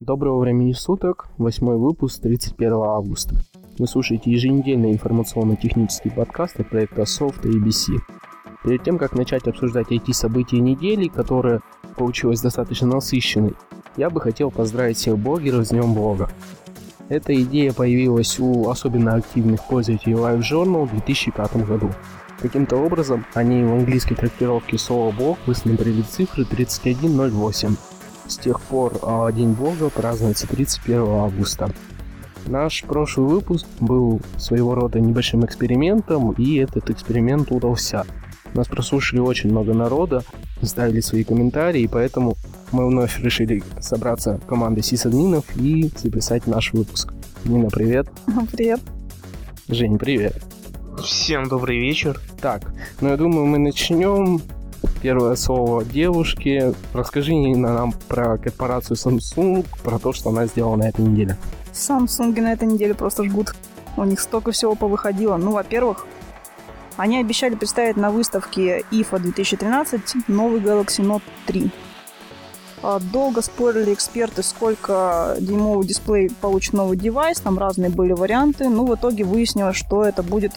Доброго времени суток, 8 выпуск, 31 августа. Вы слушаете еженедельный информационно-технический подкаст от проекта Soft и ABC. Перед тем, как начать обсуждать IT-события недели, которая получилась достаточно насыщенной, я бы хотел поздравить всех блогеров с Днем Блога. Эта идея появилась у особенно активных пользователей LiveJournal в 2005 году. Каким-то образом они в английской трактировке слова «блог» высмотрели цифры 3108. С тех пор День блога празднуется 31 августа. Наш прошлый выпуск был своего рода небольшим экспериментом, и этот эксперимент удался. Нас прослушали очень много народа, ставили свои комментарии, и поэтому мы вновь решили собраться командой сисадминов и записать наш выпуск. Нина, привет. Привет. Жень, привет. Всем добрый вечер. Так, я думаю, мы начнем. Первое слово девушке. Расскажи, Нина, нам про корпорацию Samsung, про то, что она сделала на этой неделе. Samsung на этой неделе просто жгут. У них столько всего повыходило. Во-первых, они обещали представить на выставке IFA 2013 новый Galaxy Note 3. Долго спорили эксперты, сколько дюймовый дисплей получит новый девайс. Там разные были варианты. В итоге выяснилось, что это будет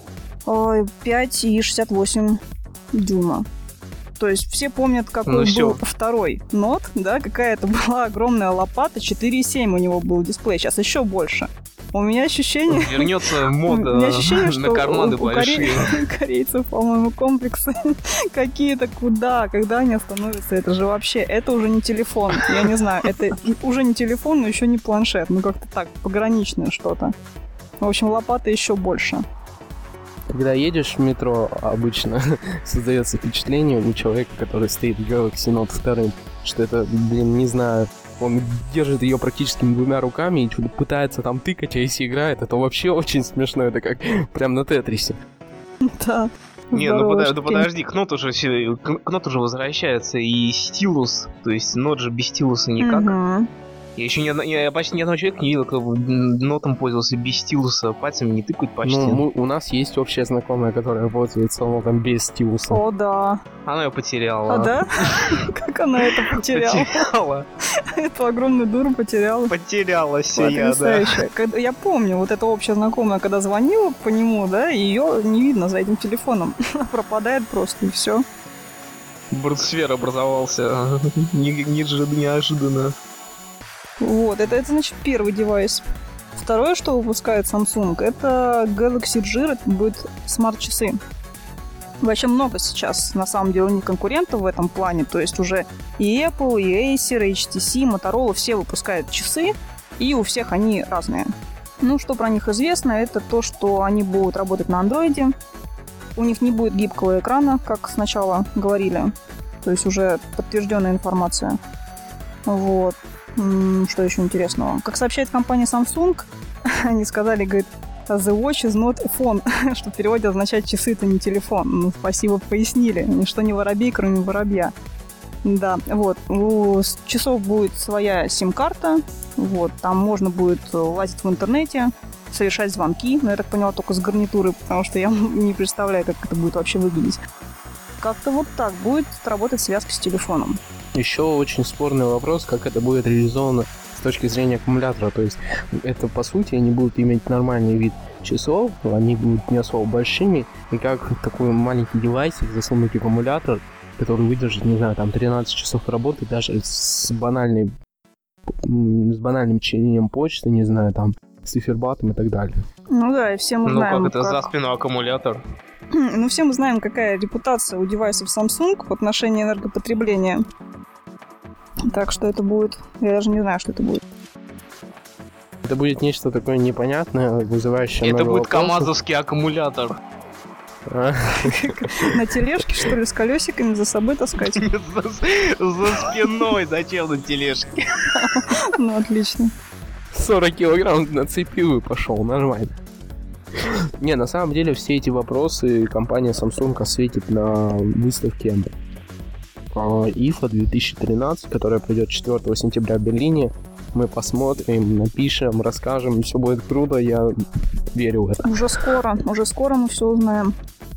5,68 дюйма. То есть все помнят, какой был второй Note, да, какая это была огромная лопата, 4,7 у него был дисплей, сейчас еще больше. У меня ощущение... Вернется мода на карманы большие. Корейцев, по-моему, комплексы какие-то когда они остановятся, это же вообще, это уже не телефон, я не знаю, это уже не телефон, но еще не планшет, как-то так, пограничное что-то. В общем, лопата еще больше. Когда едешь в метро, обычно создается впечатление у человека, который стоит в Galaxy Note 2, что это, не знаю, он держит ее практически двумя руками и пытается там тыкать, а если играет, это вообще очень смешно, это как прям на Тетрисе. Да. Не, подожди, Кнот уже возвращается, и стилус, то есть Нот же без стилуса никак. Угу. Я почти ни одного человека не видел, кто нотом пользовался без стилуса, пальцами не тыкают почти. У нас есть общая знакомая, которая пользуется нотом без стилуса. О, да. Она ее потеряла. А, да? Как она это потеряла? Эту огромную дуру потеряла. Потерялась я, да. Я помню, вот эта общая знакомая, когда звонила по нему, да, ее не видно за этим телефоном. Пропадает просто, и все. Брудсфер образовался неожиданно. Вот, это значит первый девайс. Второе, что выпускает Samsung, это Galaxy Gear, это будут смарт-часы. Вообще много сейчас, на самом деле, у них конкурентов в этом плане. То есть уже и Apple, и Acer, и HTC, Motorola, все выпускают часы, и у всех они разные. Что про них известно, это то, что они будут работать на Android. У них не будет гибкого экрана, как сначала говорили. То есть уже подтвержденная информация. Вот. Что еще интересного? Как сообщает компания Samsung, они сказали, говорит, the watch is not a phone, что в переводе означает часы это не телефон. Спасибо, пояснили. Ничто не воробей, кроме воробья. Да, вот. У часов будет своя сим-карта. Вот. Там можно будет лазить в интернете, совершать звонки. Но я так поняла, только с гарнитурой, потому что я не представляю, как это будет вообще выглядеть. Как-то вот так будет работать связка с телефоном. Еще очень спорный вопрос, как это будет реализовано с точки зрения аккумулятора. То есть это, по сути, они будут иметь нормальный вид часов, они будут не особо большими, и как такой маленький девайсик засунуть аккумулятор, который выдержит, не знаю, там 13 часов работы даже с банальным чтением почты, не знаю, там с циферблатом и так далее. Да, и все мы знаем, как это за спину аккумулятор? Все мы знаем, какая репутация у девайсов Samsung в отношении энергопотребления. Так что это будет... Я даже не знаю, что это будет. Это будет нечто такое непонятное, вызывающее это много будет вопросов. камазовский аккумулятор. На тележке, что ли, с колесиками за собой таскать? За спиной, зачем на тележке? Отлично. 40 килограмм нацепил и пошел, нормально. На самом деле все эти вопросы компания Samsung осветит на выставке IFA 2013, которая пройдет 4 сентября в Берлине. Мы посмотрим, напишем, расскажем, и все будет круто, я верю в это. Уже скоро мы все узнаем.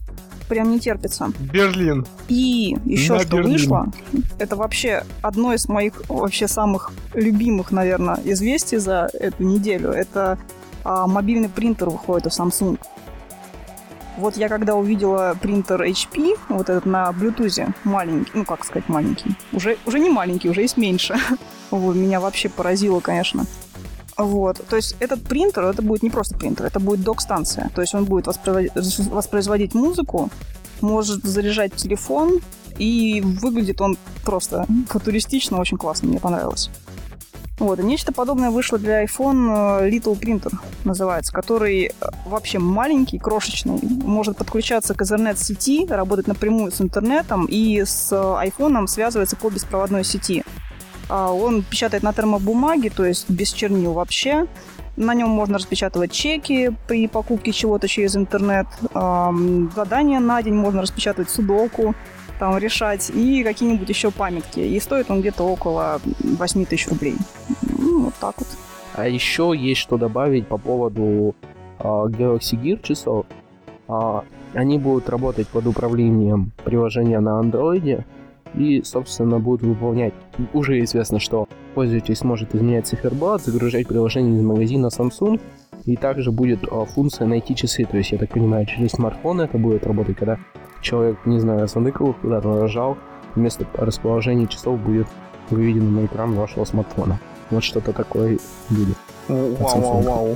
прям не терпится. Берлин. И еще На что Берлин. вышло, это вообще одно из моих вообще самых любимых, наверное, известий за эту неделю. Это мобильный принтер выходит у Samsung. Вот я когда увидела принтер HP, вот этот на Bluetooth, маленький, ну как сказать маленький, уже не маленький, уже есть меньше. Вот, меня вообще поразило, конечно. Вот, то есть этот принтер, это будет не просто принтер, это будет док-станция. То есть он будет воспроизводить музыку, может заряжать телефон, и выглядит он просто футуристично, очень классно, мне понравилось. Вот, и нечто подобное вышло для iPhone Little Printer, называется, который вообще маленький, крошечный, может подключаться к Ethernet-сети, работать напрямую с интернетом и с iPhone связывается по беспроводной сети. Он печатает на термобумаге, то есть без чернил вообще. На нем можно распечатывать чеки при покупке чего-то через интернет. Задания на день можно распечатывать, судоку там решать и какие-нибудь еще памятки. И стоит он где-то около 8 тысяч рублей. Ну, вот так вот. А еще есть что добавить по поводу Galaxy Gear часов. Они будут работать под управлением приложения на Android. И, собственно, будут выполнять. Уже известно, что пользователь сможет изменять циферблат, загружать приложение из магазина Samsung. И также будет функция найти часы. То есть, я так понимаю, через смартфон это будет работать, когда человек, не знаю, заныкал, куда-то нажал, вместо расположения часов будет выведено на экран вашего смартфона. Вот что-то такое будет. Вау-вау-вау.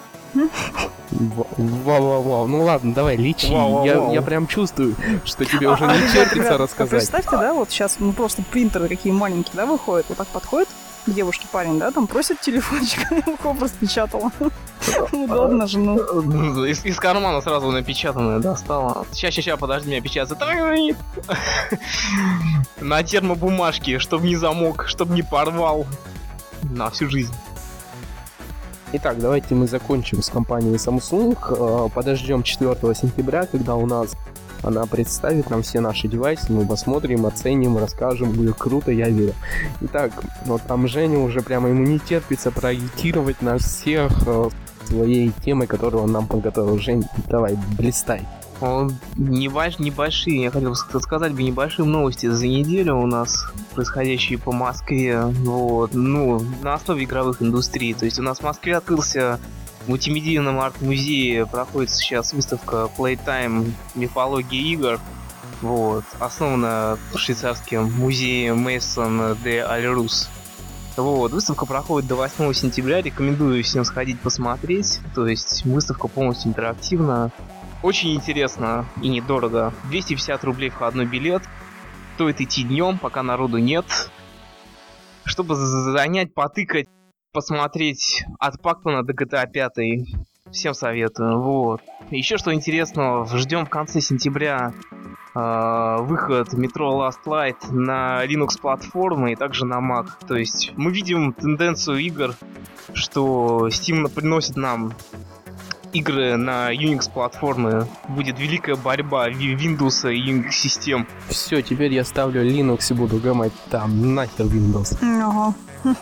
Вау-вау-вау. Ну ладно, давай, лечи. Я прям чувствую, что тебе уже не терпится рассказать. Представьте, да, вот сейчас просто принтеры какие маленькие, да, выходят, вот так подходит к девушке парень, да, там просит телефончик, она его распечатала. Удобно же, ну. Из кармана сразу напечатанное достала. Сейчас, подожди, меня печатается. На термобумажке, чтоб не замок, чтоб не порвал. На всю жизнь. Итак, давайте мы закончим с компанией Samsung. Подождем 4 сентября, когда у нас она представит нам все наши девайсы. Мы посмотрим, оценим, расскажем. Будет круто, я верю. Итак, вот там Женя уже прямо ему не терпится проагитировать нас всех своей темой, которую он нам подготовил. Жень, давай, блистай. Небольшие, я хотел сказать бы, небольшие новости за неделю у нас, происходящие по Москве, вот, ну, на основе игровых индустрий. То есть у нас в Москве открылся в мультимедийном арт-музее, проходит сейчас выставка Playtime «Мифология игр», вот, основана швейцарским музеем Maison de Alrus. Вот, выставка проходит до 8 сентября, рекомендую всем сходить посмотреть, то есть выставка полностью интерактивна. Очень интересно и недорого. 250 рублей входной билет. Стоит идти днем, пока народу нет. Чтобы занять, потыкать, посмотреть от Пакмана до GTA 5. Всем советую. Вот. Еще что интересного, ждем в конце сентября выход Metro Last Light на Linux платформы и также на Mac. То есть мы видим тенденцию игр, что Steam приносит нам игры на Unix платформы, будет великая борьба Windows и Unix систем. Все, теперь я ставлю Linux и буду гамать там, нахер Windows. Ага.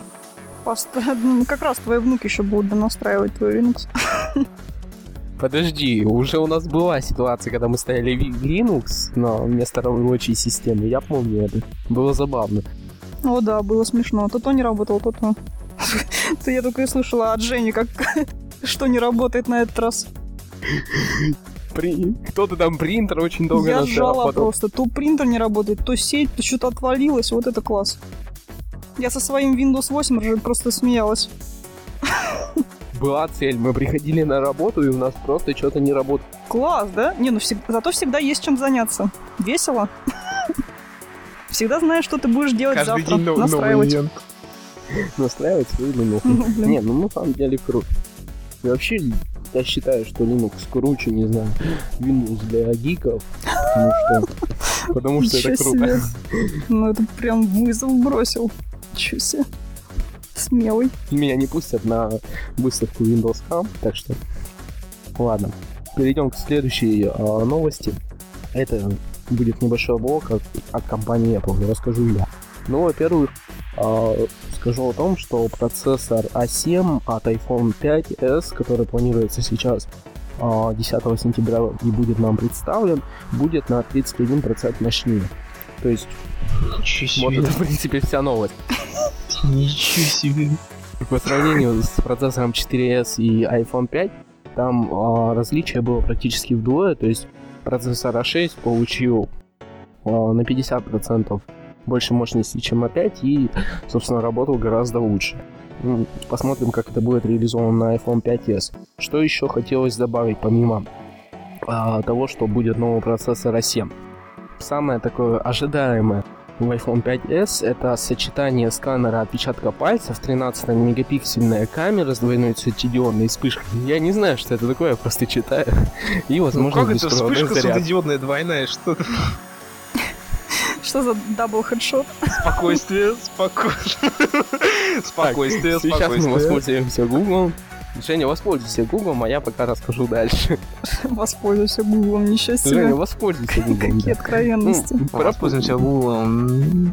Как раз твои внуки еще будут настраивать твой Linux. Подожди, уже у нас была ситуация, когда мы ставили Linux, но вместо рабочей системы. Я помню это. Было забавно. О да, было смешно. То не работало, то. Я только и слышала от Жени, как что не работает на этот раз. Кто-то там принтер очень долго Я настраивал. ржала просто. То принтер не работает, то сеть, то что-то отвалилось. Вот это класс. Я со своим Windows 8 уже просто смеялась. Была цель, мы приходили на работу, и у нас просто что-то не работало. Класс, да? Не, ну зато всегда есть чем заняться. Весело. Всегда знаешь, что ты будешь делать каждый завтра. день настраивать. Настраивать свою Linux. Не, ну на самом деле круто. И вообще, я считаю, что Linux круче, не знаю, Windows для гиков, потому что это круто. Ну это прям вызов бросил. Чё себе. Смелый. Меня не пустят на выставку Windows Ham, так что ладно. Перейдем к следующей новости. Это будет небольшой блок от компании Apple, расскажу я. Ну, во-первых, скажу о том, что процессор A7 от iPhone 5s, который планируется сейчас 10 сентября и будет нам представлен, будет на 31% мощнее. То есть, вот это, в принципе, вся новость. Ничего себе. По сравнению с процессором 4S и iPhone 5, там различие было практически вдвое, то есть процессор A6 получил на 50% больше мощности, чем A5, и, собственно, работал гораздо лучше. Посмотрим, как это будет реализовано на iPhone 5s. Что еще хотелось добавить, помимо того, что будет новый процессор A7? Самое такое ожидаемое в iPhone 5s это сочетание сканера отпечатка пальцев, 13-мегапиксельная камера с двойной светодиодной вспышкой. Я не знаю, что это такое, я просто читаю. И, возможно, как это беспроводной вспышка заряд. светодиодная двойная? Что? Что за дабл хедшот? Спокойствие. Спокойствие. Сейчас мы воспользуемся Google. Женя, воспользуйся Google, а я пока расскажу дальше. Воспользуйся Гуглом, ничего себе. Женя, воспользуйся Google. Какие откровенности. Воспользуемся Google.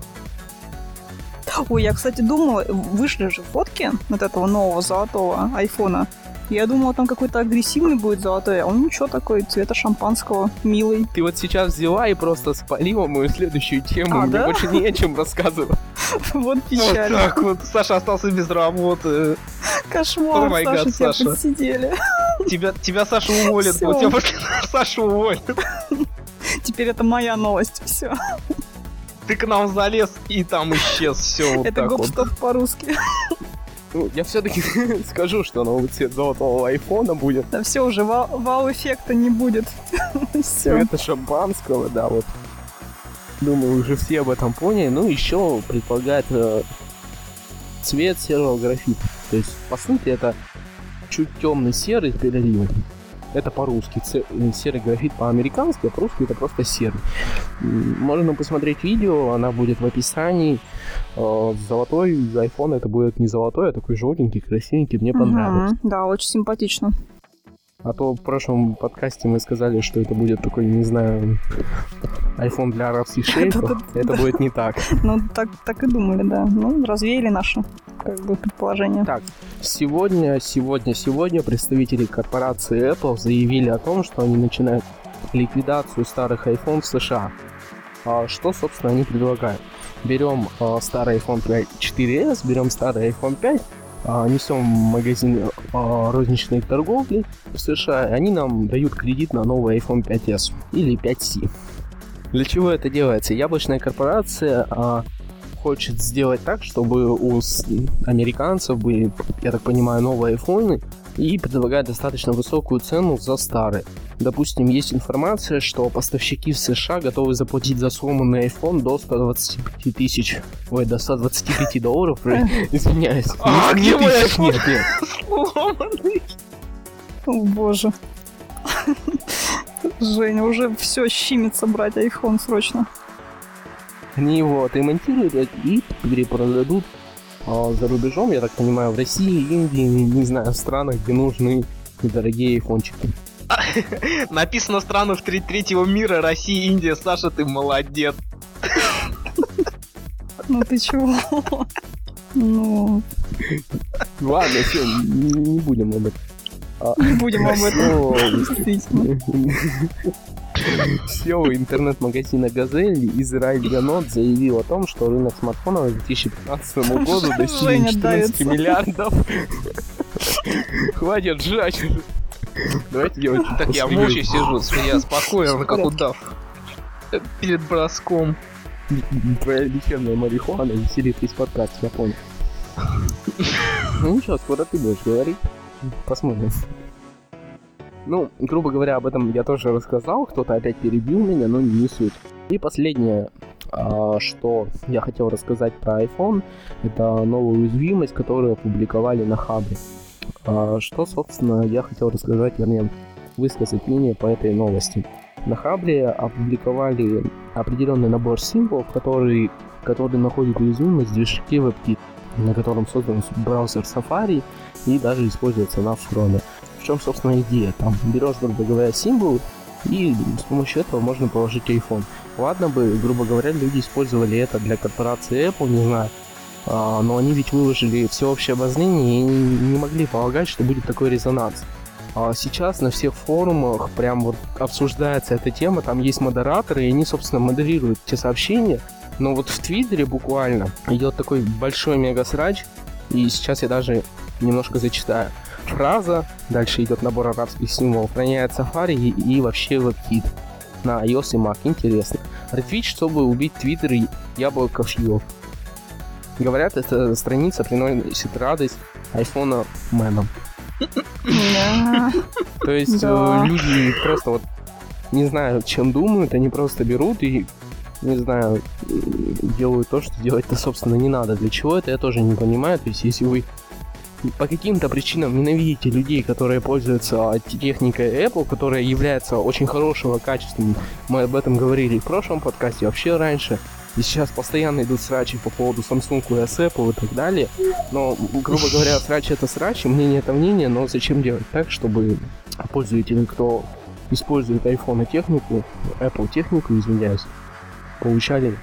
Ой, я, кстати, думала, вышли же фотки от этого нового золотого айфона. Я думала, там какой-то агрессивный будет золотой, а он ничего такой, цвета шампанского, милый. Ты вот сейчас взяла и просто спалила мою следующую тему, мне да? больше не о чем рассказывать. Вот Вот печаль. так вот. Саша остался без работы. Кошмар, О май Саша, гад, тебя Саша. подсидели. Тебя Саша уволит. Всё. Вот тебя Саша уволит. Теперь это моя новость, все. Ты к нам залез и там исчез. Все вот Это так вот. гоп-стоп по-русски. Ну, я все-таки скажу, что новый цвет золотого айфона будет. Да все, уже вау-эффекта не будет. Все. Цвета шампанского, да, вот. Думаю, уже все об этом поняли. Ну, еще предполагает цвет серого графита. То есть, по сути, это чуть темный серый с переливом. Это по-русски. Серый графит по-американски, а по-русски это просто серый. Можно посмотреть видео, она будет в описании. Золотой iPhone это будет не золотой, а такой желтенький, красивенький. Мне понравилось. Да, очень симпатично. А то в прошлом подкасте мы сказали, что это будет такой, не знаю, iPhone для арабских шейхов. Это будет не так. Ну, так и думали, да. Ну, развеяли наши, предположения. Так, сегодня представители корпорации Apple заявили о том, что они начинают ликвидацию старых iPhone в США. Что, собственно, они предлагают? Берем старый iPhone 4s, берем старый iPhone 5, несем в магазин розничной торговли в США, и они нам дают кредит на новый iPhone 5s или 5C. Для чего это делается? Яблочная корпорация хочет сделать так, чтобы у американцев были, я так понимаю, новые айфоны и предлагает достаточно высокую цену за старые. Допустим, есть информация, что поставщики в США готовы заплатить за сломанный iPhone до 125 тысяч. Ой, до 125 долларов, извиняюсь. Где мой тысяч, iPhone? нет. Сломанный. О, боже. Женя, уже все щимится брать iPhone срочно. Они его отремонтируют и перепродадут за рубежом, я так понимаю, в России, Индии, не знаю, в странах, где нужны дорогие айфончики. Написано в странах третьего мира, Россия, Индия. Саша, ты молодец. Ну ты чего? Ну, Ладно, все, не будем об этом. не будем об этом. Действительно. SEO интернет-магазина «Газель» Израиль Ганот заявил о том, что рынок смартфонов к 2015 году достиг 14 миллиардов. Хватит жать. Давайте делать. Так я молча сижу, я спокоен, как удав. Перед броском. Твоя лечебная марихуана веселит весь подкаст, я понял. Ну ничего, скоро ты будешь говорить. Посмотрим. Ну, грубо говоря, об этом я тоже рассказал, кто-то опять перебил меня, но не суть. И последнее, что я хотел рассказать про iPhone, это новую уязвимость, которую опубликовали на Хабре. Что, собственно, я хотел рассказать, вернее, высказать мнение по этой новости. На Хабре опубликовали определенный набор символов, который находит уязвимость в движке WebKit, на котором создан браузер Safari и даже используется на Chrome. В чем, собственно, идея? Там берешь, грубо говоря, символ, и с помощью этого можно положить iPhone. Ладно бы, грубо говоря, люди использовали это для корпорации Apple, не знаю, но они ведь выложили всеобщее обозрение и не могли полагать, что будет такой резонанс. Сейчас на всех форумах прям вот обсуждается эта тема, там есть модераторы, и они, собственно, модерируют те сообщения. Но вот в Твиттере буквально идет такой большой мега-срач, и сейчас я даже немножко зачитаю. Фраза, дальше идет набор арабских символов, роняет Safari и вообще WebKit на iOS и Mac. Интересно. Ретвит, чтобы убить Твиттер и яблоко фьюл. Говорят, эта страница приносит радость айфона мэнам. То есть люди просто вот не знаю, чем думают, они просто берут и, не знаю, делают то, что делать-то, собственно, не надо. Для чего это, я тоже не понимаю. То есть, если вы по каким-то причинам ненавидите людей, которые пользуются техникой Apple, которая является очень хорошего, качественным, мы об этом говорили в прошлом подкасте, вообще раньше, и сейчас постоянно идут срачи по поводу Samsung и Apple и так далее, но, грубо говоря, срач это срач, мнение это мнение, но зачем делать так, чтобы пользователи, кто использует iPhone и технику, Apple технику, извиняюсь, получали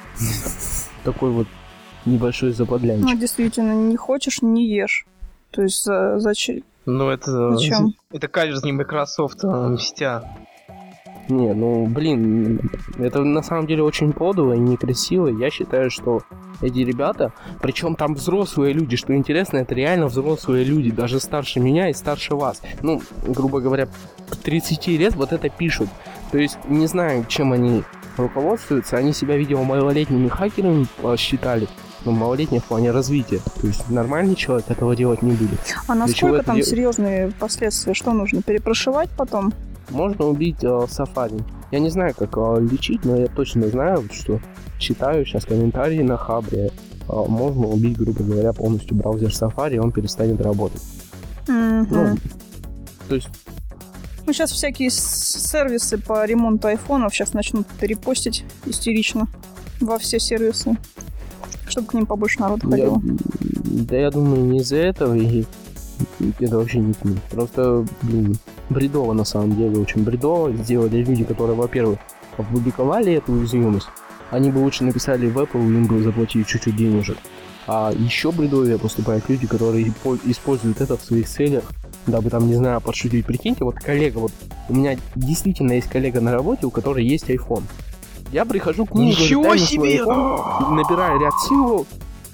такой вот небольшой заподлянчик. Ну, действительно, не хочешь, не ешь. То есть зачем? Ну, это... Зачем? Это качество не Microsoft, а мстя. Не, ну, блин, это на самом деле очень подло и некрасиво. Я считаю, что эти ребята, причем там взрослые люди, что интересно, это реально взрослые люди, даже старше меня и старше вас. Ну, грубо говоря, к 30 лет вот это пишут. То есть, не знаю, чем они руководствуются. Они себя, видимо, малолетними хакерами считали. Ну, малолетних в плане развития. То есть нормальный человек этого делать не будет. А насколько там серьезные последствия? Что нужно? Перепрошивать потом? Можно убить Safari. Я не знаю, как лечить, но я точно знаю, что читаю сейчас комментарии на Хабре. Можно убить, грубо говоря, полностью браузер Safari, и он перестанет работать. Ну, то есть... Ну, сейчас всякие сервисы по ремонту айфонов сейчас начнут репостить истерично во все сервисы, чтобы к ним побольше народу ходило. Я думаю, не из-за этого, и это вообще не к ним. Просто, блин, бредово на самом деле, очень бредово сделали люди, которые, во-первых, опубликовали эту уязвимость. Они бы лучше написали в Apple, им бы заплатили чуть-чуть денежек. А еще бредовее поступают люди, которые используют это в своих целях, дабы там, не знаю, подшутить. Прикиньте, вот коллега, вот у меня действительно есть коллега на работе, у которой есть iPhone. Я прихожу к нему, ничего себе! Набираю ряд символов.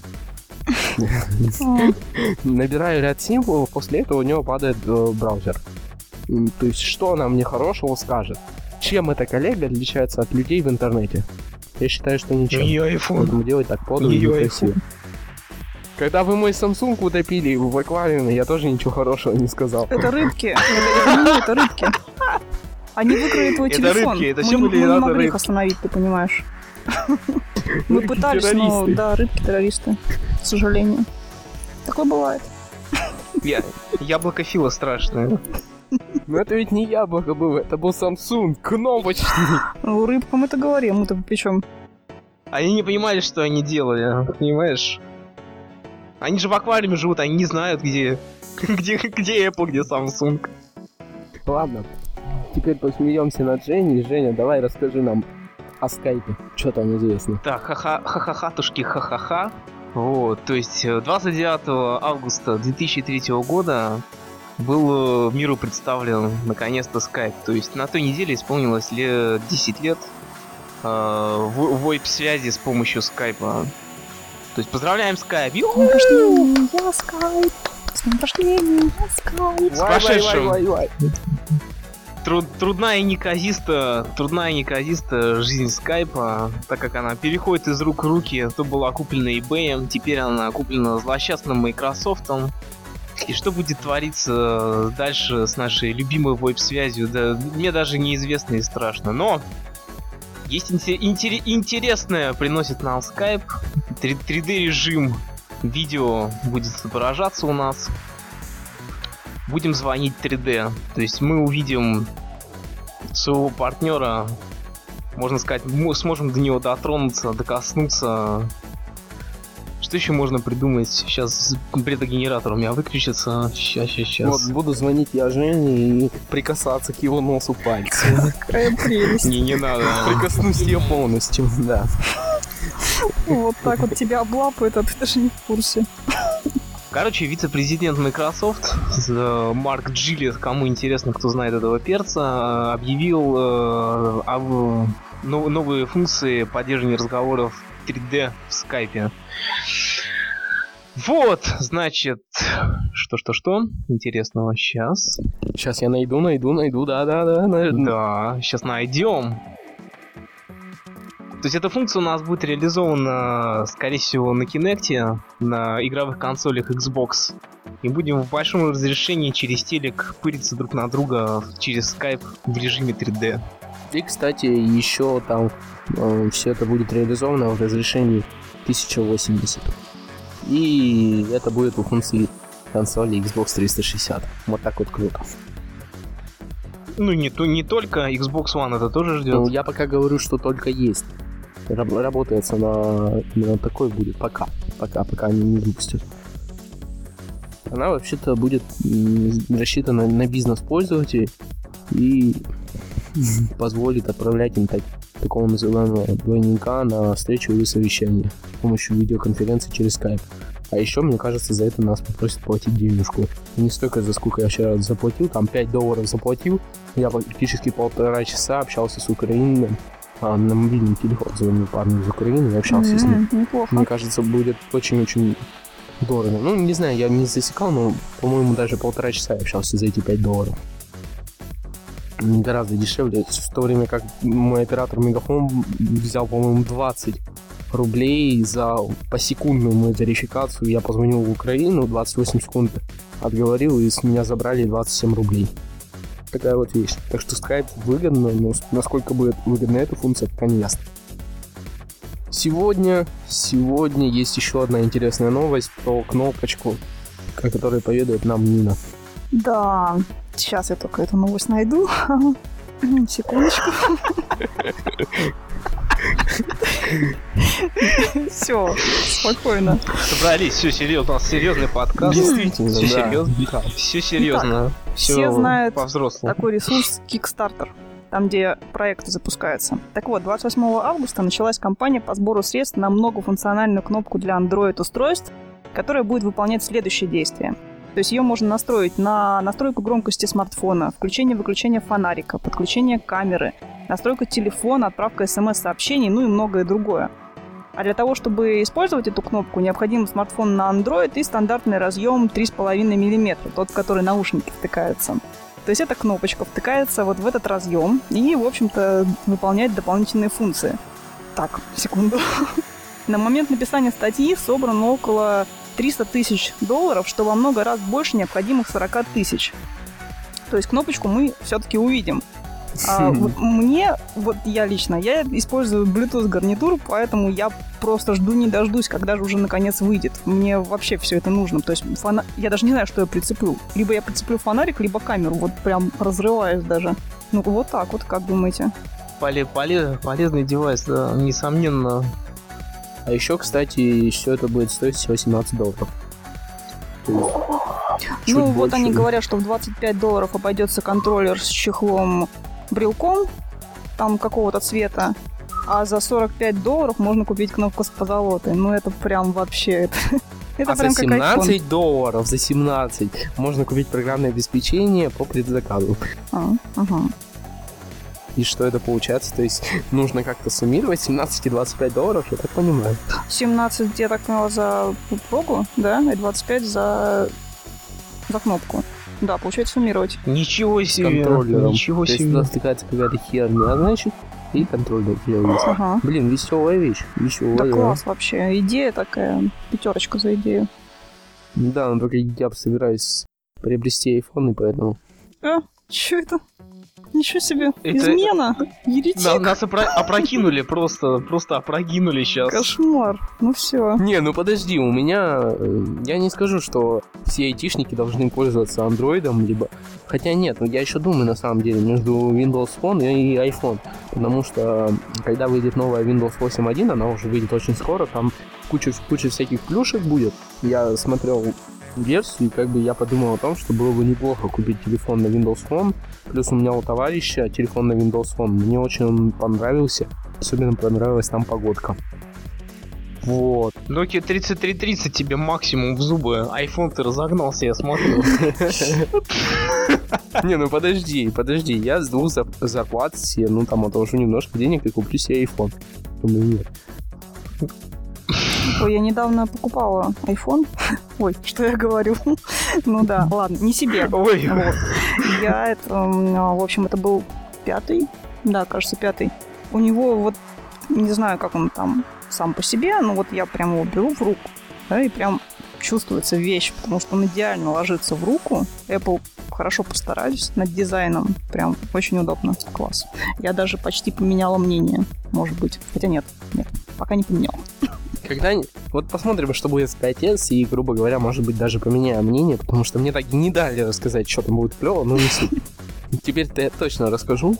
Набираю ряд символов, после этого у него падает браузер. То есть, что она мне хорошего скажет? Чем эта коллега отличается от людей в интернете? Я считаю, что ничем. Поэтому делать так подло и некрасиво. Когда вы мой Samsung утопили в аквариуме, я тоже ничего хорошего не сказал. Это рыбки. Это рыбки. Они выкрали твой телефон. Мы не могли их остановить, ты понимаешь. Мы пытались, но да, рыбки-террористы, к сожалению. Такое бывает. Яблоко Фила страшное. Но это ведь не яблоко было, это был Samsung, кнопочный. Ну, рыбкам это говорим, мы-то причем. Они не понимали, что они делали, понимаешь? Они же в аквариуме живут, они не знают, где Apple, где Samsung. Ладно, теперь посмеемся над Женей. Женя, давай расскажи нам о скайпе. Что там известно? Так, ха-ха-ха-тушки, ха-ха-ха. Вот, то есть 29 августа 2003 года был миру представлен наконец-то Skype. То есть на той неделе исполнилось 10 лет VoIP-связи с помощью скайпа. То есть поздравляем Skype! С днем рождения, я Skype! С днем рождения, я Skype! С прошедшим! Трудная и неказиста жизнь скайпа, так как она переходит из рук в руки. То была куплена eBay, теперь она куплена злосчастным Microsoft. И что будет твориться дальше с нашей любимой VoIP-связью, да, мне даже неизвестно и страшно. Но есть интересное приносит нам Skype. 3D-режим видео будет отображаться у нас. Будем звонить 3D. То есть мы увидим своего партнера, можно сказать, мы сможем до него дотронуться, докоснуться. Что еще можно придумать? Сейчас бредогенератор у меня выключится. Сейчас. Вот, буду звонить я Жене и прикасаться к его носу пальцем. Какая прелесть. Не надо. Прикоснусь ее полностью, да. Вот так вот тебя облапают, а ты даже не в курсе. Короче, вице-президент Microsoft Марк Джиллет, кому интересно, кто знает этого перца, объявил новые функции поддержания разговоров 3D в скайпе. Вот, значит, что интересного сейчас. Сейчас я найду, да. Да, сейчас найдем. То есть эта функция у нас будет реализована, скорее всего, на Kinect, на игровых консолях Xbox. И будем в большом разрешении через телек пыриться друг на друга через Skype в режиме 3D. И, кстати, еще там все это будет реализовано в разрешении 1080. И это будет у функции консоли Xbox 360. Вот так вот круто. Ну, не только Xbox One это тоже ждет. Ну, я пока говорю, что только есть. Работается на такой будет пока они не выпустят. Она вообще-то будет рассчитана на бизнес-пользователей и позволит отправлять им такого называемого двойника на встречу или совещание с помощью видеоконференции через Skype. А еще, мне кажется, за это нас попросят платить денежку. И не столько, за сколько я вчера заплатил, там $5 заплатил. Я практически 1,5 часа общался с Украиной. На мобильный телефон звонил парню из Украины и общался с ним. Неплохо. Мне кажется, будет очень-очень дорого. Ну, не знаю, я не засекал, но, по-моему, даже 1,5 часа я общался за эти $5. Гораздо дешевле. В то время как мой оператор Мегафон взял, по-моему, 20 рублей за посекундную мою верификацию. Я позвонил в Украину, 28 секунд отговорил, и с меня забрали 27 рублей. Такая вот вещь. Так что Skype выгодно, но насколько будет выгодна эта функция, пока не ясно. Сегодня есть еще одна интересная новость про кнопочку, о которой поведает нам Нина. Да, сейчас я только эту новость найду. Секундочку. Все, спокойно. Собрались, все серьезно, у нас серьезный подкаст. Действительно, все да. серьезно. Все серьезно. Все знают по-взрослому. такой ресурс Kickstarter, там, где проекты запускаются. Так вот, 28 августа началась кампания по сбору средств на многофункциональную кнопку для Android-устройств, которая будет выполнять следующие действия. То есть ее можно настроить на настройку громкости смартфона, включение-выключение фонарика, подключение камеры, настройку телефона, отправка смс-сообщений, ну и многое другое. А для того, чтобы использовать эту кнопку, необходим смартфон на Android и стандартный разъем 3,5 мм, тот, в который наушники втыкаются. То есть эта кнопочка втыкается вот в этот разъем и, в общем-то, выполняет дополнительные функции. Так, секунду. На момент написания статьи собрано около $300 тысяч, что во много раз больше необходимых 40 тысяч. То есть кнопочку мы все-таки увидим. Я использую Bluetooth гарнитуру, поэтому я просто жду не дождусь, когда же уже наконец выйдет. Мне вообще все это нужно. То есть я даже не знаю, что я прицеплю. Либо я прицеплю фонарик, либо камеру. Вот прям разрываюсь даже. Ну вот так вот, как думаете? Полезный девайс, да, несомненно. А еще, кстати, все это будет стоить всего $17. Ну, вот они говорят, что в $25 обойдется контроллер с чехлом-брелком, там какого-то цвета, а за $45 можно купить кнопку с позолотой. Ну, это прям вообще... Это за $17, за 17 можно купить программное обеспечение по предзаказу. И что это получается? То есть нужно как-то суммировать $17 и $25, я так понимаю. 17, я так поняла, за прогу, да, и 25 за кнопку. Да, получается суммировать. Ничего себе. Контроллером. Ничего себе. То есть у нас втыкается какая-то херня, значит, и контроллер делается. Ага. Блин, веселая вещь. Да класс вообще. Идея такая. 5 за идею. Да, но только я собираюсь приобрести iPhone, и поэтому... Чё это? Ничего себе, измена, еретик. Нас опрокинули, просто опрокинули сейчас. Кошмар, ну все. Не, ну подожди, у меня... Я не скажу, что все айтишники должны пользоваться андроидом, либо... Хотя нет, я еще думаю, на самом деле, между Windows Phone и iPhone. Потому что, когда выйдет новая Windows 8.1, она уже выйдет очень скоро, там куча всяких плюшек будет. Я смотрел версию, и как бы я подумал о том, что было бы неплохо купить телефон на Windows Phone. Плюс у меня у товарища телефон на Windows Phone. Мне очень он понравился. Особенно понравилась там погодка. Вот. Nokia 3330 тебе максимум в зубы. iPhone ты разогнался, я смотрю. Не, ну подожди, я с 2 зарплат все, ну там отложу немножко денег и куплю себе iPhone. Думаю, нет. Ой, я недавно покупала iPhone. Ой, что я говорю? Ну да, ладно, не себе. Ой. Вот. Я это, в общем, это был 5-й. Да, кажется, 5-й. У него вот, не знаю, как он там сам по себе, но вот я прям его беру в руку, да, и прям чувствуется вещь, потому что он идеально ложится в руку. Apple хорошо постарались над дизайном. Прям очень удобно. Класс. Я даже почти поменяла мнение, может быть. Хотя нет, пока не поменяла. Вот посмотрим, что будет с 5S, и, грубо говоря, может быть, даже поменяю мнение, потому что мне так и не дали рассказать, что там будет клево, но не суть. Теперь-то я точно расскажу.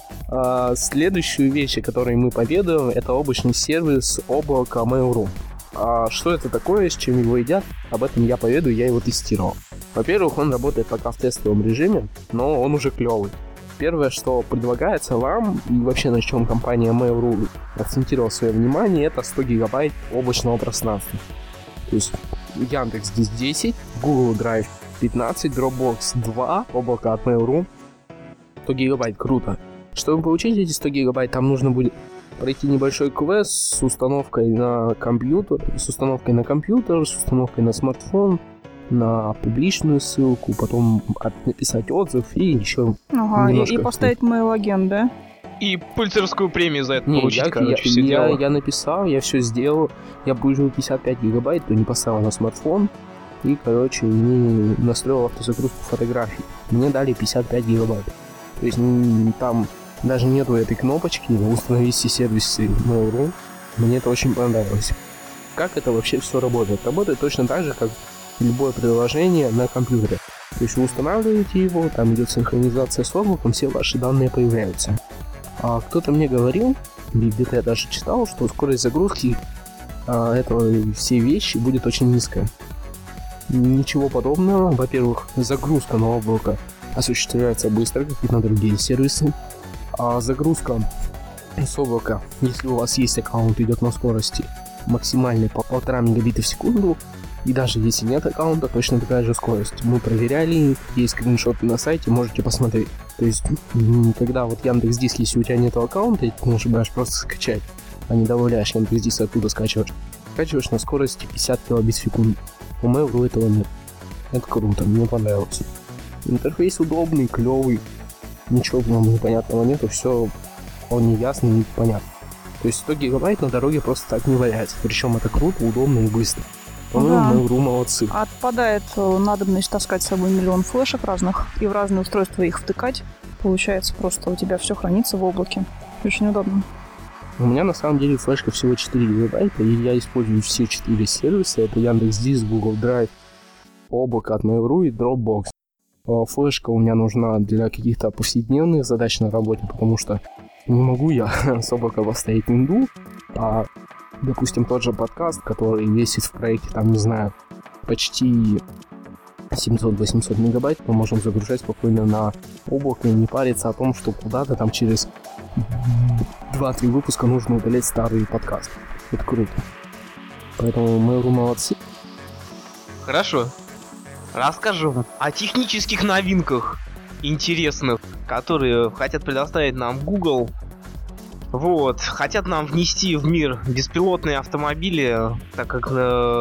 Следующую вещь, о которой мы поведаем, это облачный сервис облака Mail.ru. Что это такое, с чем его едят, об этом я поведаю, я его тестировал. Во-первых, он работает пока в тестовом режиме, но он уже клевый. Первое, что предлагается вам, и вообще на чем компания Mail.ru акцентировала свое внимание, это 100 гигабайт облачного пространства. То есть Яндекс здесь 10, Google Drive 15, Dropbox 2, облако от Mail.ru. 100 гигабайт, круто. Чтобы получить эти 100 гигабайт, там нужно будет пройти небольшой квест с установкой на компьютер, с установкой на смартфон, на публичную ссылку, потом написать отзыв и еще и поставить mail-агент, да? И пульцерскую премию за это получить, все дело. Я написал, я все сделал, я получил 55 гигабайт, то не поставил на смартфон и, не настроил автозагрузку фотографий. Мне дали 55 гигабайт. То есть там даже нету этой кнопочки «Установить все сервисы Mail.ru». Мне это очень понравилось. Как это вообще все работает? Работает точно так же, как любое приложение на компьютере. То есть вы устанавливаете его, там идет синхронизация с облаком, все ваши данные появляются. А кто-то мне говорил, или где-то я даже читал, что скорость загрузки всей вещи будет очень низкая. Ничего подобного. Во-первых, загрузка на облако осуществляется быстро, как и на другие сервисы. А загрузка с облака, если у вас есть аккаунт, идет на скорости максимальной по 1,5 мегабита в секунду. И даже если нет аккаунта, точно такая же скорость. Мы проверяли, есть скриншоты на сайте, можете посмотреть. То есть, когда вот Яндекс.Диск, если у тебя нет аккаунта, ты нажимаешь просто скачать, а не добавляешь Яндекс.Диск, оттуда скачиваешь. Скачиваешь на скорости 50 кбит в секунду. У Mail.ru этого нет. Это круто, мне понравилось. Интерфейс удобный, клевый. Ничего нам непонятного нету, все вполне ясно и понятно. То есть 100 гигабайт на дороге просто так не валяется. Причем это круто, удобно и быстро. По-моему, Mail.ru молодцы. Отпадает надобность таскать с собой миллион флешек разных и в разные устройства их втыкать. Получается, просто у тебя все хранится в облаке. Очень удобно. У меня на самом деле флешка всего 4 гигабайта, и я использую все 4 сервиса. Это Яндекс.Диск, Google Drive, облако от Mail.ru и Dropbox. Флешка у меня нужна для каких-то повседневных задач на работе, потому что не могу я с облака поставить винду, а, допустим, тот же подкаст, который весит в проекте, там, не знаю, почти 700-800 мегабайт, мы можем загружать спокойно на облако и не париться о том, что куда-то там через 2-3 выпуска нужно удалять старый подкаст. Это круто. Поэтому Mail.ru молодцы. Хорошо. Расскажем о технических новинках интересных, которые хотят предоставить нам Google. Вот, хотят нам внести в мир беспилотные автомобили, так как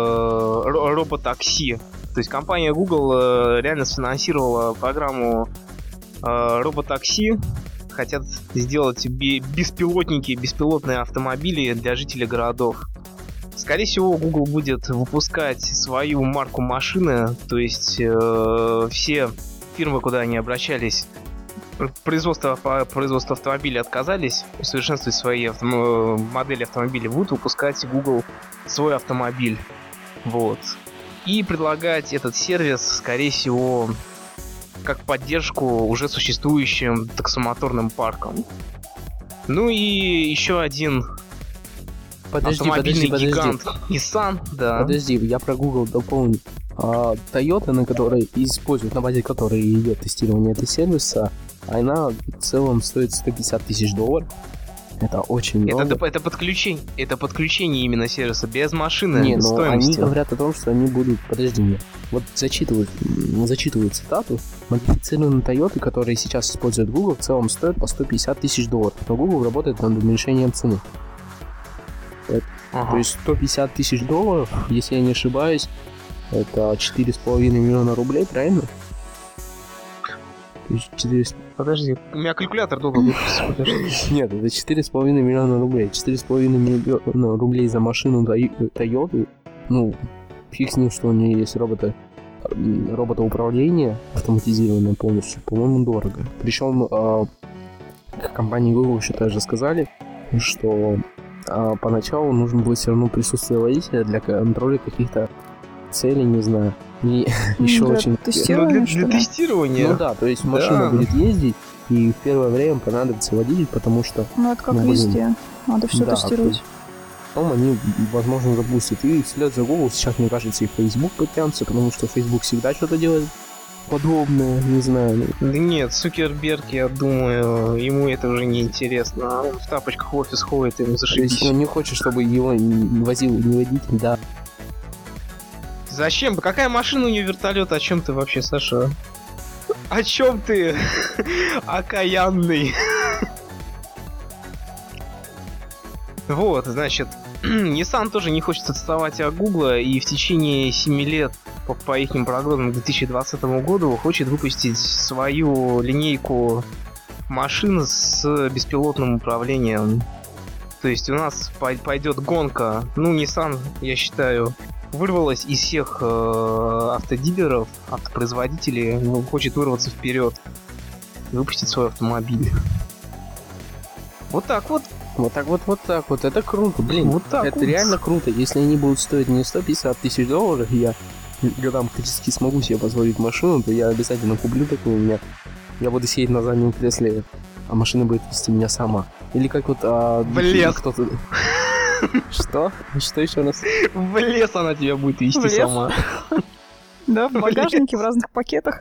роботакси. То есть компания Google реально сфинансировала программу роботакси. Хотят сделать беспилотники, беспилотные автомобили для жителей городов. Скорее всего, Google будет выпускать свою марку машины, то есть все фирмы, куда они обращались, производство автомобилей отказались усовершенствовать свои модели автомобилей, будут выпускать Google свой автомобиль. Вот. И предлагать этот сервис, скорее всего, как поддержку уже существующим таксомоторным паркам. Ну и еще один автомобильный гигант Nissan, да. Подожди, я про Google дополню. Toyota, на которой используют, на базе которой идет тестирование этого сервиса, она в целом стоит $150 000. Это очень много. Это подключение именно сервиса без машины, Не, без но стоимости. они говорят о том, что они будут... Подожди меня. Вот зачитывают цитату. Модифицированные Toyota, которые сейчас используют Google, в целом стоят по $150 тысяч. Но Google работает над уменьшением цены. Ага. То есть $150 тысяч, если я не ошибаюсь, это 4,5 миллиона рублей, правильно? То есть 4... Подожди, у меня калькулятор долго выпустил, подожди. Нет, это 4,5 миллиона рублей. 4,5 миллиона рублей за машину Toyota. Ну, фиг с ним, что у нее есть роботоуправление автоматизированное полностью. По-моему, дорого. Причем компании Google еще также сказали, что поначалу нужно будет все равно присутствие водителя для контроля каких-то целей, не знаю. И еще очень... Тестирование, Для тестирования. Ну да, то есть машина будет ездить, и в первое время понадобится водитель, потому что... Ну это как везде. Надо все тестировать. Потом они, возможно, запустят. И вслед за Google сейчас, мне кажется, и Facebook подтянутся, потому что Facebook всегда что-то делает подобное, не знаю. Да нет, Цукерберг, я думаю, ему это уже не интересно. Он в тапочках в офис ходит, ему зашибись. Если он не хочет, чтобы его возил не водитель, да. Зачем? Какая машина у него вертолет? О чем ты вообще, Саша? О чем ты? Окаянный. Вот, значит, Nissan тоже не хочет отставать от Google, и в течение 7 лет по их прогнозам к 2020 году хочет выпустить свою линейку машин с беспилотным управлением. То есть у нас пойдет гонка. Ну, Nissan, я считаю, вырвалась из всех автодилеров, автопроизводителей, хочет вырваться вперед и выпустить свой автомобиль. Вот так вот. Вот так вот. Это круто, блин. Вот так это вот. реально круто. Если они будут стоить не $150 тысяч, и я годам критически смогу себе позволить машину, то я обязательно куплю такую. У меня... Я буду сидеть на заднем кресле, а машина будет вести меня сама. Или как вот... В лес. Кто-то... Что? Что еще раз? В лес она тебя будет вести В лес? сама. Да, в багажнике, в разных пакетах.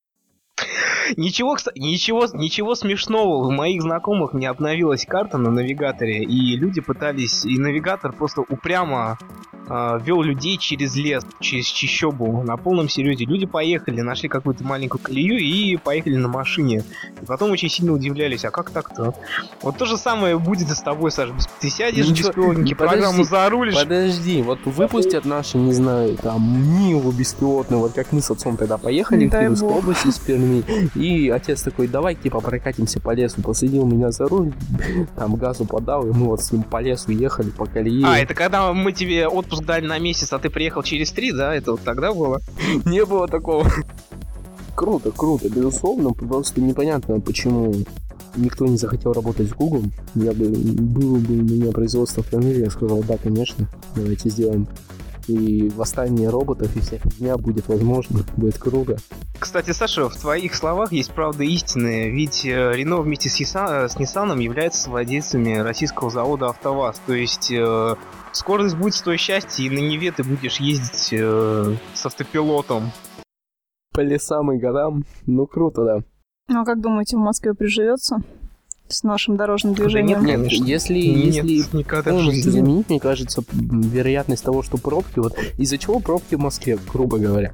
Ничего смешного. У моих знакомых не обновилась карта на навигаторе, и люди пытались, и навигатор просто упрямо вел людей через лес, через чащобу, на полном серьезе. Люди поехали, нашли какую-то маленькую колею и поехали на машине. И потом очень сильно удивлялись, а как так-то? Вот то же самое будет и с тобой, Саш. Ты сядешь беспилотники, программу зарулишь. Подожди, вот выпустят наши, не знаю, там, Ниву беспилотную, вот как мы с отцом тогда поехали в Кировскую область из Перми, и отец такой, давай, типа, прокатимся по лесу, посадил меня за руль, там, газу подал, и мы вот с ним по лесу ехали, по колее. А, это когда мы тебе отпуск дали на месяц, а ты приехал через 3, да? Это вот тогда было? Не было такого. Круто, безусловно, просто непонятно, почему никто не захотел работать с Google. Я бы, было бы у меня производство автомобиля, я сказал, да, конечно, давайте сделаем. И восстание роботов, и вся фигня будет возможно, будет круто. Кстати, Саша, в твоих словах есть правда истинная, ведь Renault вместе с Nissan являются владельцами российского завода АвтоВАЗ, то есть скорость будет с твое счастье, и на Неве ты будешь ездить с автопилотом. По лесам и горам, ну круто, да. Ну а как думаете, в Москве приживется с нашим дорожным движением? Нет, Нет, если никогда полностью заменить, мне кажется, вероятность того, что пробки, вот из-за чего пробки в Москве, грубо говоря?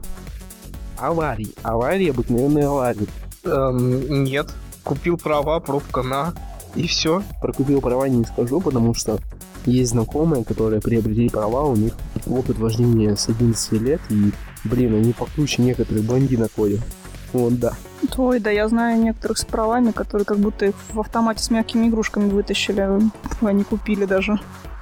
Аварии, обыкновенные аварии. Нет, купил права, пробка на, и все. Про купил права не скажу, потому что есть знакомые, которые приобрели права, у них опыт вождения с 11 лет, и, блин, они покруче некоторых блондинок ходят. Вот, да. Ой, да, я знаю некоторых с правами, которые как будто их в автомате с мягкими игрушками вытащили. Они купили даже.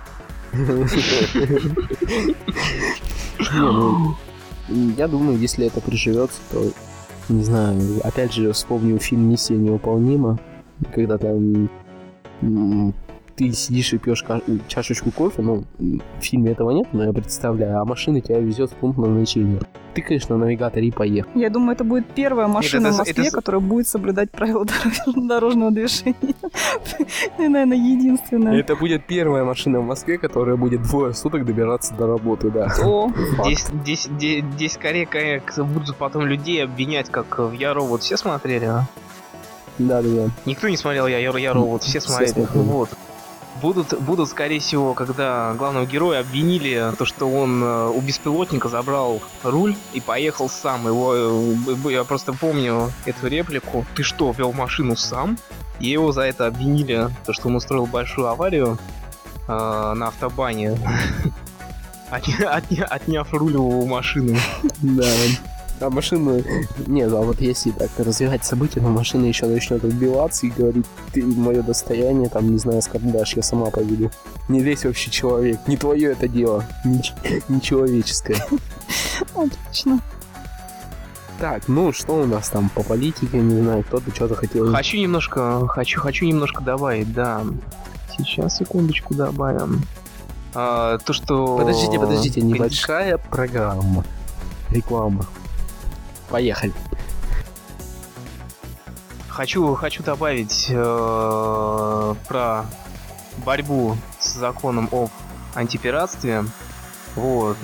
Я думаю, если это приживется, то, не знаю, опять же вспомнил фильм «Миссия невыполнима», когда там ты сидишь и пьешь чашечку кофе, ну, в фильме этого нет, но я представляю, а машина тебя везет в пункт назначения. Тыкаешь на навигаторе и поехал. Я думаю, это будет первая машина в Москве, которая будет соблюдать правила дорожного движения. И, наверное, единственная. Это будет первая машина в Москве, которая будет 2 суток добираться до работы, да. О, здесь скорее будут потом людей обвинять, как в Я Робот. Все смотрели, а? Да. Никто не смотрел Я Робот, все смотрели. смотрели. Вот. будут, скорее всего, когда главного героя обвинили, то, что он у беспилотника забрал руль и поехал сам. Я просто помню эту реплику. Ты что, вел машину сам? И его за это обвинили, то, что он устроил большую аварию на автобане, отняв руль у машины. Да. А машина... Нет, а вот если так развивать события, но машина еще начнет отбиваться и говорить: ты мое достояние, там, не знаю, скандаш, я сама поведу. Не весь вообще человек, не твое это дело, не человеческое. Отлично. Так, ну что у нас там по политике, не знаю, кто-то что-то хотел... Хочу немножко добавить, да. Сейчас, секундочку, добавим. То, что... Подождите, небольшая программа. Реклама. Поехали. Хочу добавить про борьбу с законом об антипиратстве. Вот,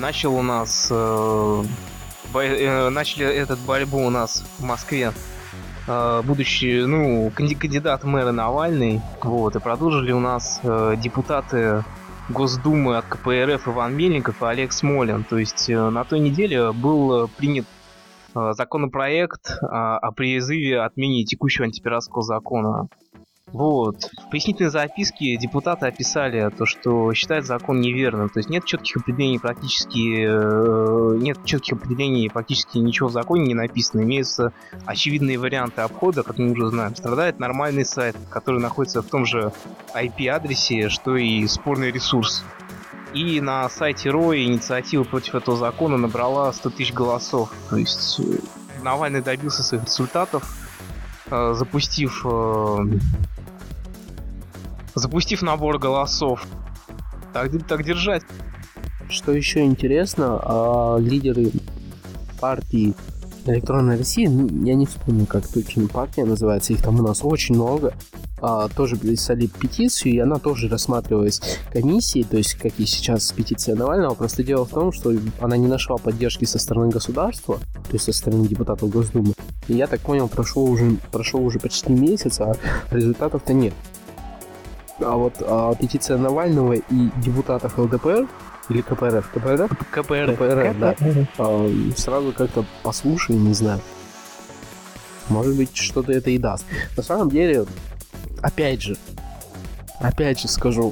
начали эту борьбу у нас в Москве будущий, кандидат в мэра Навальный. Вот, и продолжили у нас депутаты Госдумы от КПРФ Иван Мельников и Олег Смолин. То есть на той неделе был принят законопроект о призыве отменить текущего антипиратского закона. Вот. В пояснительной записке депутаты описали то, что считают закон неверным. То есть нет четких определений практически ничего в законе не написано. Имеются очевидные варианты обхода, как мы уже знаем. Страдает нормальный сайт, который находится в том же IP-адресе, что и спорный ресурс. И на сайте РОИ инициатива против этого закона набрала 100 тысяч голосов. То есть Навальный добился своих результатов, запустив набор голосов. Так держать. Что еще интересно, лидеры партии Электронная Россия, я не вспомню, как точно партия называется, их там у нас очень много, тоже писали петицию, и она тоже рассматривалась комиссией, то есть, как и сейчас петиция Навального. Просто дело в том, что она не нашла поддержки со стороны государства, то есть со стороны депутатов Госдумы. И я так понял, прошел уже почти месяц, а результатов-то нет. А вот петиция Навального и депутатов ЛДПР или КПРФ, да, сразу как-то послушай, не знаю. Может быть, что-то это и даст. На самом деле, опять же скажу,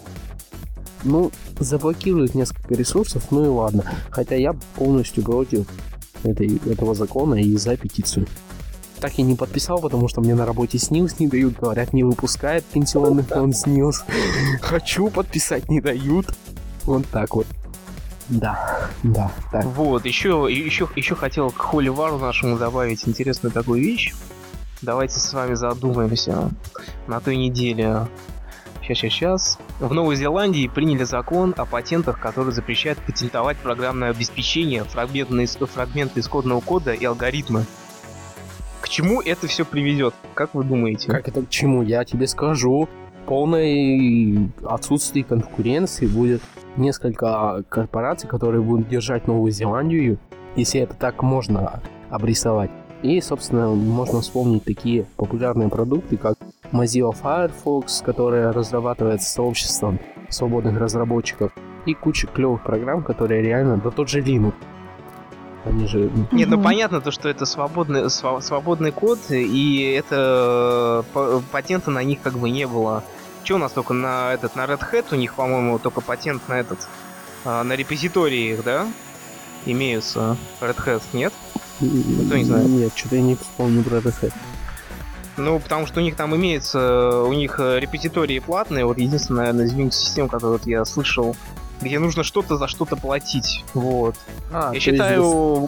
заблокируют несколько ресурсов, ну и ладно. Хотя я полностью против этого закона и за петицию. Так и не подписал, потому что мне на работе снилс не дают, говорят, не выпускает пенсионный фонд снилс. Хочу подписать, не дают. Вот так вот. Да, так. Вот, еще хотел к холивару нашему добавить интересную такую вещь. Давайте с вами задумаемся на той неделе. Сейчас. В Новой Зеландии приняли закон о патентах, который запрещает патентовать программное обеспечение, фрагменты исходного кода и алгоритмы. К чему это все приведет? Как вы думаете? Как это к чему? Я тебе скажу. Полное отсутствие конкуренции будет. Несколько корпораций, которые будут держать Новую Зеландию, если это так можно обрисовать. И, собственно, можно вспомнить такие популярные продукты, как Mozilla Firefox, которая разрабатывается сообществом свободных разработчиков, и куча клевых программ, которые реально, да тот же Linux. Они же... Нет, понятно, то, что это свободный код, и это патента на них как бы не было. Что у нас только на Red Hat, у них, по-моему, только патент на на репозитории их, да? Имеются Red Hat, нет? Кто не знает? Нет, что-то я не вспомню про Red Hat. Потому что у них там имеется, у них репозитории платные, вот единственная, наверное, из Linux-систем, которую вот я слышал, где нужно что-то за что-то платить, вот. Я считаю...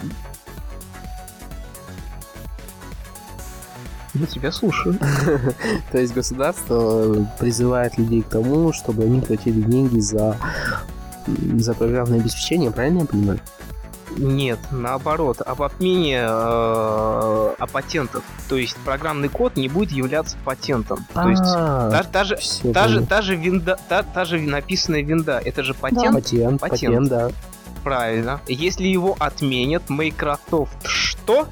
Я тебя слушаю. То есть государство призывает людей к тому, чтобы они платили деньги за программное обеспечение, правильно я понимаю? Нет, наоборот, об отмене о патентах. То есть программный код не будет являться патентом. То есть та же написанная винда, это же патент. Патент, да. Правильно. Если его отменят, Microsoft что?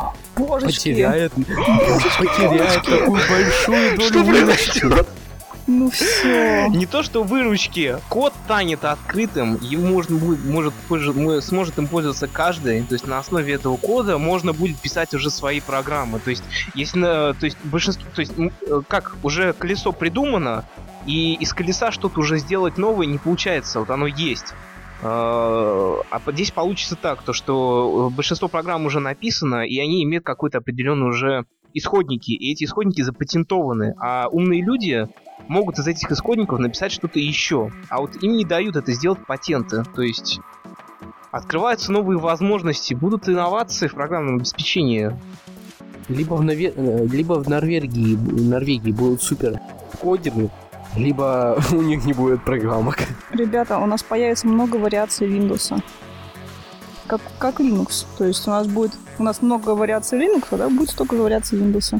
Божечки. Потеряет такую большую долю рынка. Ну все. Не то, что выручки, код станет открытым, ему сможет им пользоваться каждый, то есть на основе этого кода можно будет писать уже свои программы. То есть, большинство, как уже колесо придумано, и из колеса что-то уже сделать новое не получается, вот оно есть. А здесь получится так, то что большинство программ уже написано, и они имеют какой-то определенный уже исходники, и эти исходники запатентованы, а умные люди могут из этих исходников написать что-то еще, а вот им не дают это сделать патенты, то есть открываются новые возможности, будут инновации в программном обеспечении. Либо в Норвегии будут супер кодеры, либо у них не будет программок. Ребята, у нас появится много вариаций Windows. Как Linux. То есть у нас много вариаций Linux, да, будет столько же вариаций Windows.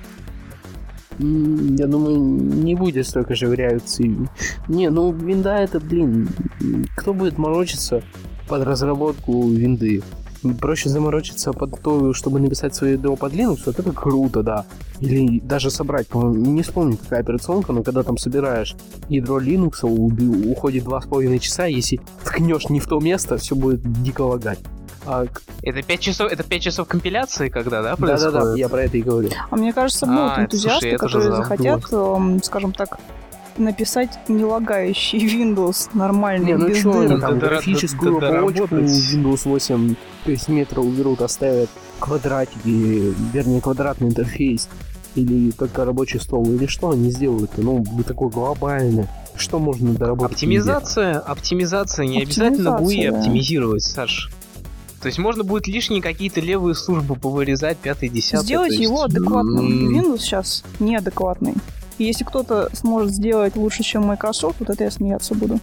Я думаю, не будет столько же вариаций. Не, ну винда это, кто будет морочиться под разработку винды? Проще заморочиться под то, чтобы написать свое ядро под Linux, вот это круто, да. Или даже собрать, не вспомню, какая операционка, но когда там собираешь ядро Linux, уходит 2,5 часа, если ткнешь не в то место, все будет дико лагать. Это 5 часов компиляции, когда, да, происходит? Да, я про это и говорю. А мне кажется, будут энтузиасты, которые захотят, скажем так, написать нелагающий Windows нормальный, без дыр. Там графическую оболочку Windows 8 метров уберут, оставят квадратики, вернее, квадратный интерфейс, или только рабочий стол, или что они сделают? Ну, такое глобальное. Что можно доработать? Оптимизация не обязательно GUI оптимизировать, Саш. То есть можно будет лишние какие-то левые службы повырезать, 5-10. Сделать его адекватным. Windows сейчас неадекватный. И если кто-то сможет сделать лучше, чем Microsoft, вот это я смеяться буду.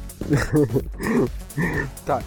Так,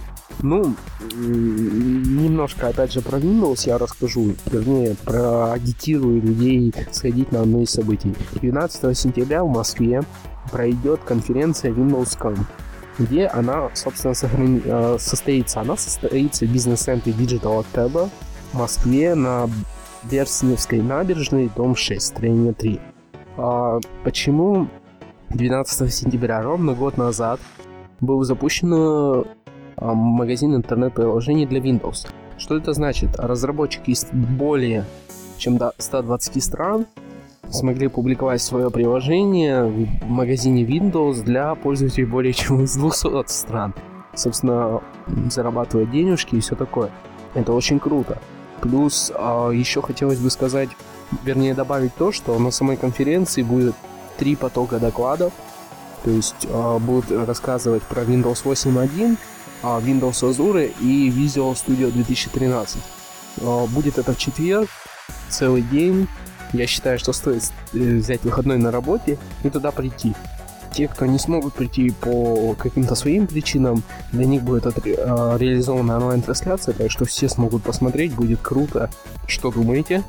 немножко опять же про Windows я расскажу. Вернее, проагитирую людей сходить на одно из событий. 12 сентября в Москве пройдет конференция Windows.com, где она, собственно, состоится. Она состоится в бизнес-центре Digital October в Москве на Берсневской набережной, дом 6, строение 3. Почему 12 сентября? Ровно год назад был запущен магазин интернет-приложений для Windows. Что это значит? Разработчики из более чем до 120 стран смогли публиковать свое приложение в магазине Windows для пользователей более чем из 200 стран. Собственно, зарабатывая денежки и все такое. Это очень круто. Плюс еще хотелось бы сказать, вернее добавить то, что на самой конференции будет 3 потока докладов. То есть будут рассказывать про Windows 8.1, Windows Azure и Visual Studio 2013. Будет это в четверг, целый день. Я считаю, что стоит взять выходной на работе и туда прийти. Те, кто не смогут прийти по каким-то своим причинам, для них будет реализована онлайн-трансляция, так что все смогут посмотреть, будет круто. Что думаете?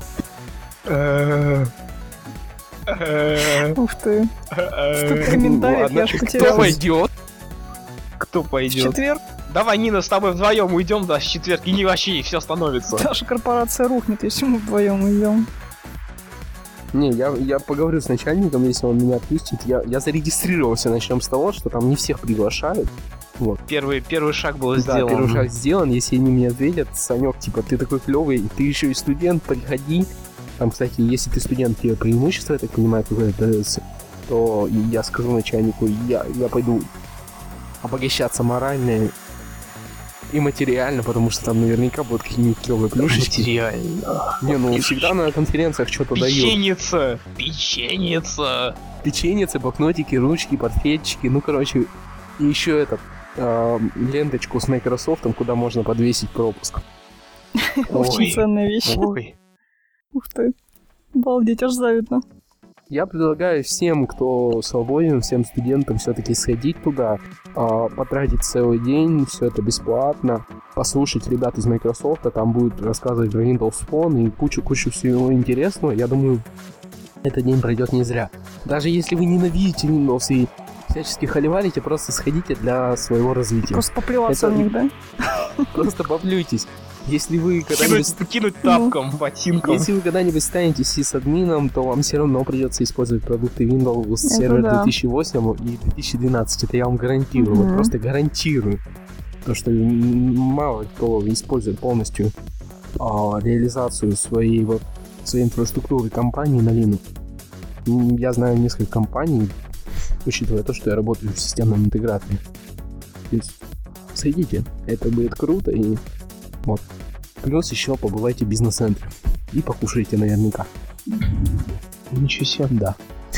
Ух ты. Столько комментариев, я аж потерялась. Кто пойдет? В четверг. Давай, Нина, с тобой вдвоем уйдем, да, с четверг, и не вообще, и все становится. Наша корпорация рухнет, если мы вдвоем уйдем. Не, я поговорю с начальником, если он меня отпустит. Я зарегистрировался, начнем с того, что там не всех приглашают. Вот. Первый шаг был сделан. Да, первый шаг сделан. Если они мне ответят, Санек, типа, ты такой клевый, ты еще и студент, приходи. Там, кстати, если ты студент, тебе преимущество, я так понимаю, какое-то дается, то я скажу начальнику, я пойду обогащаться морально и материально, потому что там наверняка будут какие-нибудь клевые плюшечки. Материально. Не, ну всегда на конференциях что-то дают. Печеница, блокнотики, ручки, портфельчики, ну, короче, и еще ленточку с Microsoft, куда можно подвесить пропуск. Очень ценная вещь. Ух ты. Обалдеть, аж завидно. Я предлагаю всем, кто свободен, всем студентам все-таки сходить туда, потратить целый день, все это бесплатно, послушать ребят из Microsoft, там будут рассказывать про Windows Phone и кучу всего интересного. Я думаю, этот день пройдет не зря. Даже если вы ненавидите Windows и всячески холиварите, просто сходите для своего развития. Просто поплеваться в них, да? Просто поплюйтесь. Если вы когда-нибудь... Кинуть тапком, ботинком. Если вы когда-нибудь станете сисадмином, то вам все равно придется использовать продукты Windows Server 2008 и 2012. Это я вам гарантирую, вот просто гарантирую. Потому что мало кто использует полностью реализацию своей инфраструктуры компании на Linux. Я знаю несколько компаний, учитывая то, что я работаю в системном интеграторе. То есть, сойдите, это будет круто, и вот. Плюс еще побывайте в бизнес-центре и покушайте наверняка. Ничего себе. Да.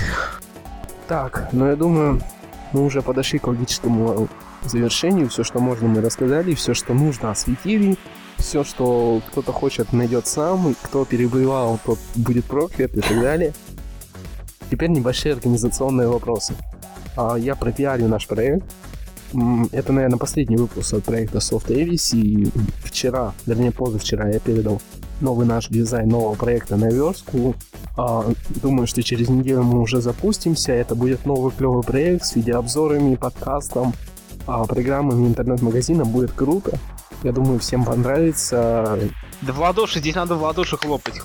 Так, ну я думаю, мы уже подошли к логическому завершению. Все, что можно, мы рассказали, все, что нужно, осветили. Все, что кто-то хочет, найдет сам, и кто перебывал, тот будет проклят и так далее. Теперь небольшие организационные вопросы. Я пропиарю наш проект. Это, наверное, последний выпуск от проекта Soft ABC. И вчера, вернее, позавчера я передал новый наш дизайн нового проекта на верстку. Думаю, что через неделю мы уже запустимся. Это будет новый клевый проект с видеообзорами, подкастом, программами, интернет-магазином. Будет круто. Я думаю, всем понравится. Да в ладоши, здесь надо в ладоши хлопать.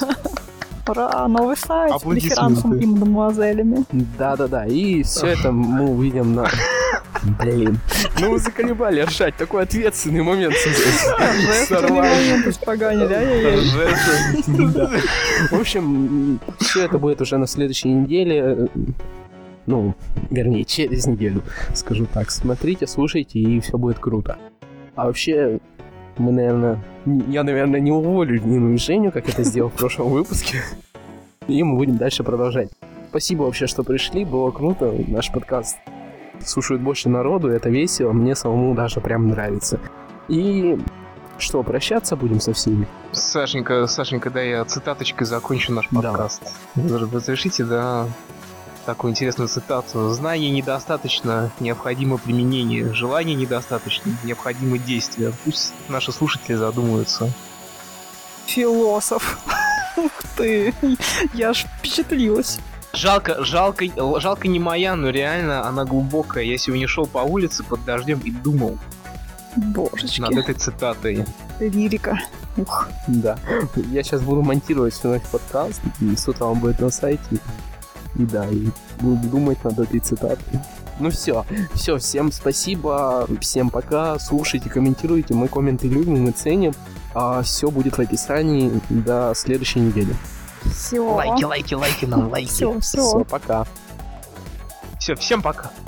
Ура, новый сайт с преферансом и мадемуазелями. Да-да-да, и все это мы увидим на... Блин. Ну вы заколебали ржать, такой ответственный момент. Жесты испоганили, ай-яй-яй. В общем, все это будет уже на следующей неделе. Ну, вернее, через неделю, скажу так. Смотрите, слушайте, и все будет круто. А вообще, мы, наверное... Я, наверное, не уволю Нину и Женю, как это сделал в прошлом выпуске. И мы будем дальше продолжать. Спасибо вообще, что пришли, было круто. Наш подкаст слушают больше народу, это весело, мне самому даже прям нравится. И что, прощаться будем со всеми? Сашенька, да, я цитаточкой закончу наш подкаст. Да. Разрешите, да, такую интересную цитату. Знаний недостаточно, необходимо применение. Желаний недостаточно, необходимо действие. Пусть наши слушатели задумаются. Философ. Ух ты, я аж впечатлилась. Жалко не моя, но реально она глубокая. Я сегодня шел по улице под дождем и думал. Божечки. Над этой цитатой. Лирика. Ух. Да. Я сейчас буду монтировать всю наш подкаст, и с утра он будет на сайте. И да, и буду думать над этой цитатой. Ну все, всем спасибо, всем пока, слушайте, комментируйте, мы комменты любим, мы ценим. Все будет в описании до следующей недели. Все. Лайки нам, лайки. Все. Все, пока. Все, всем пока.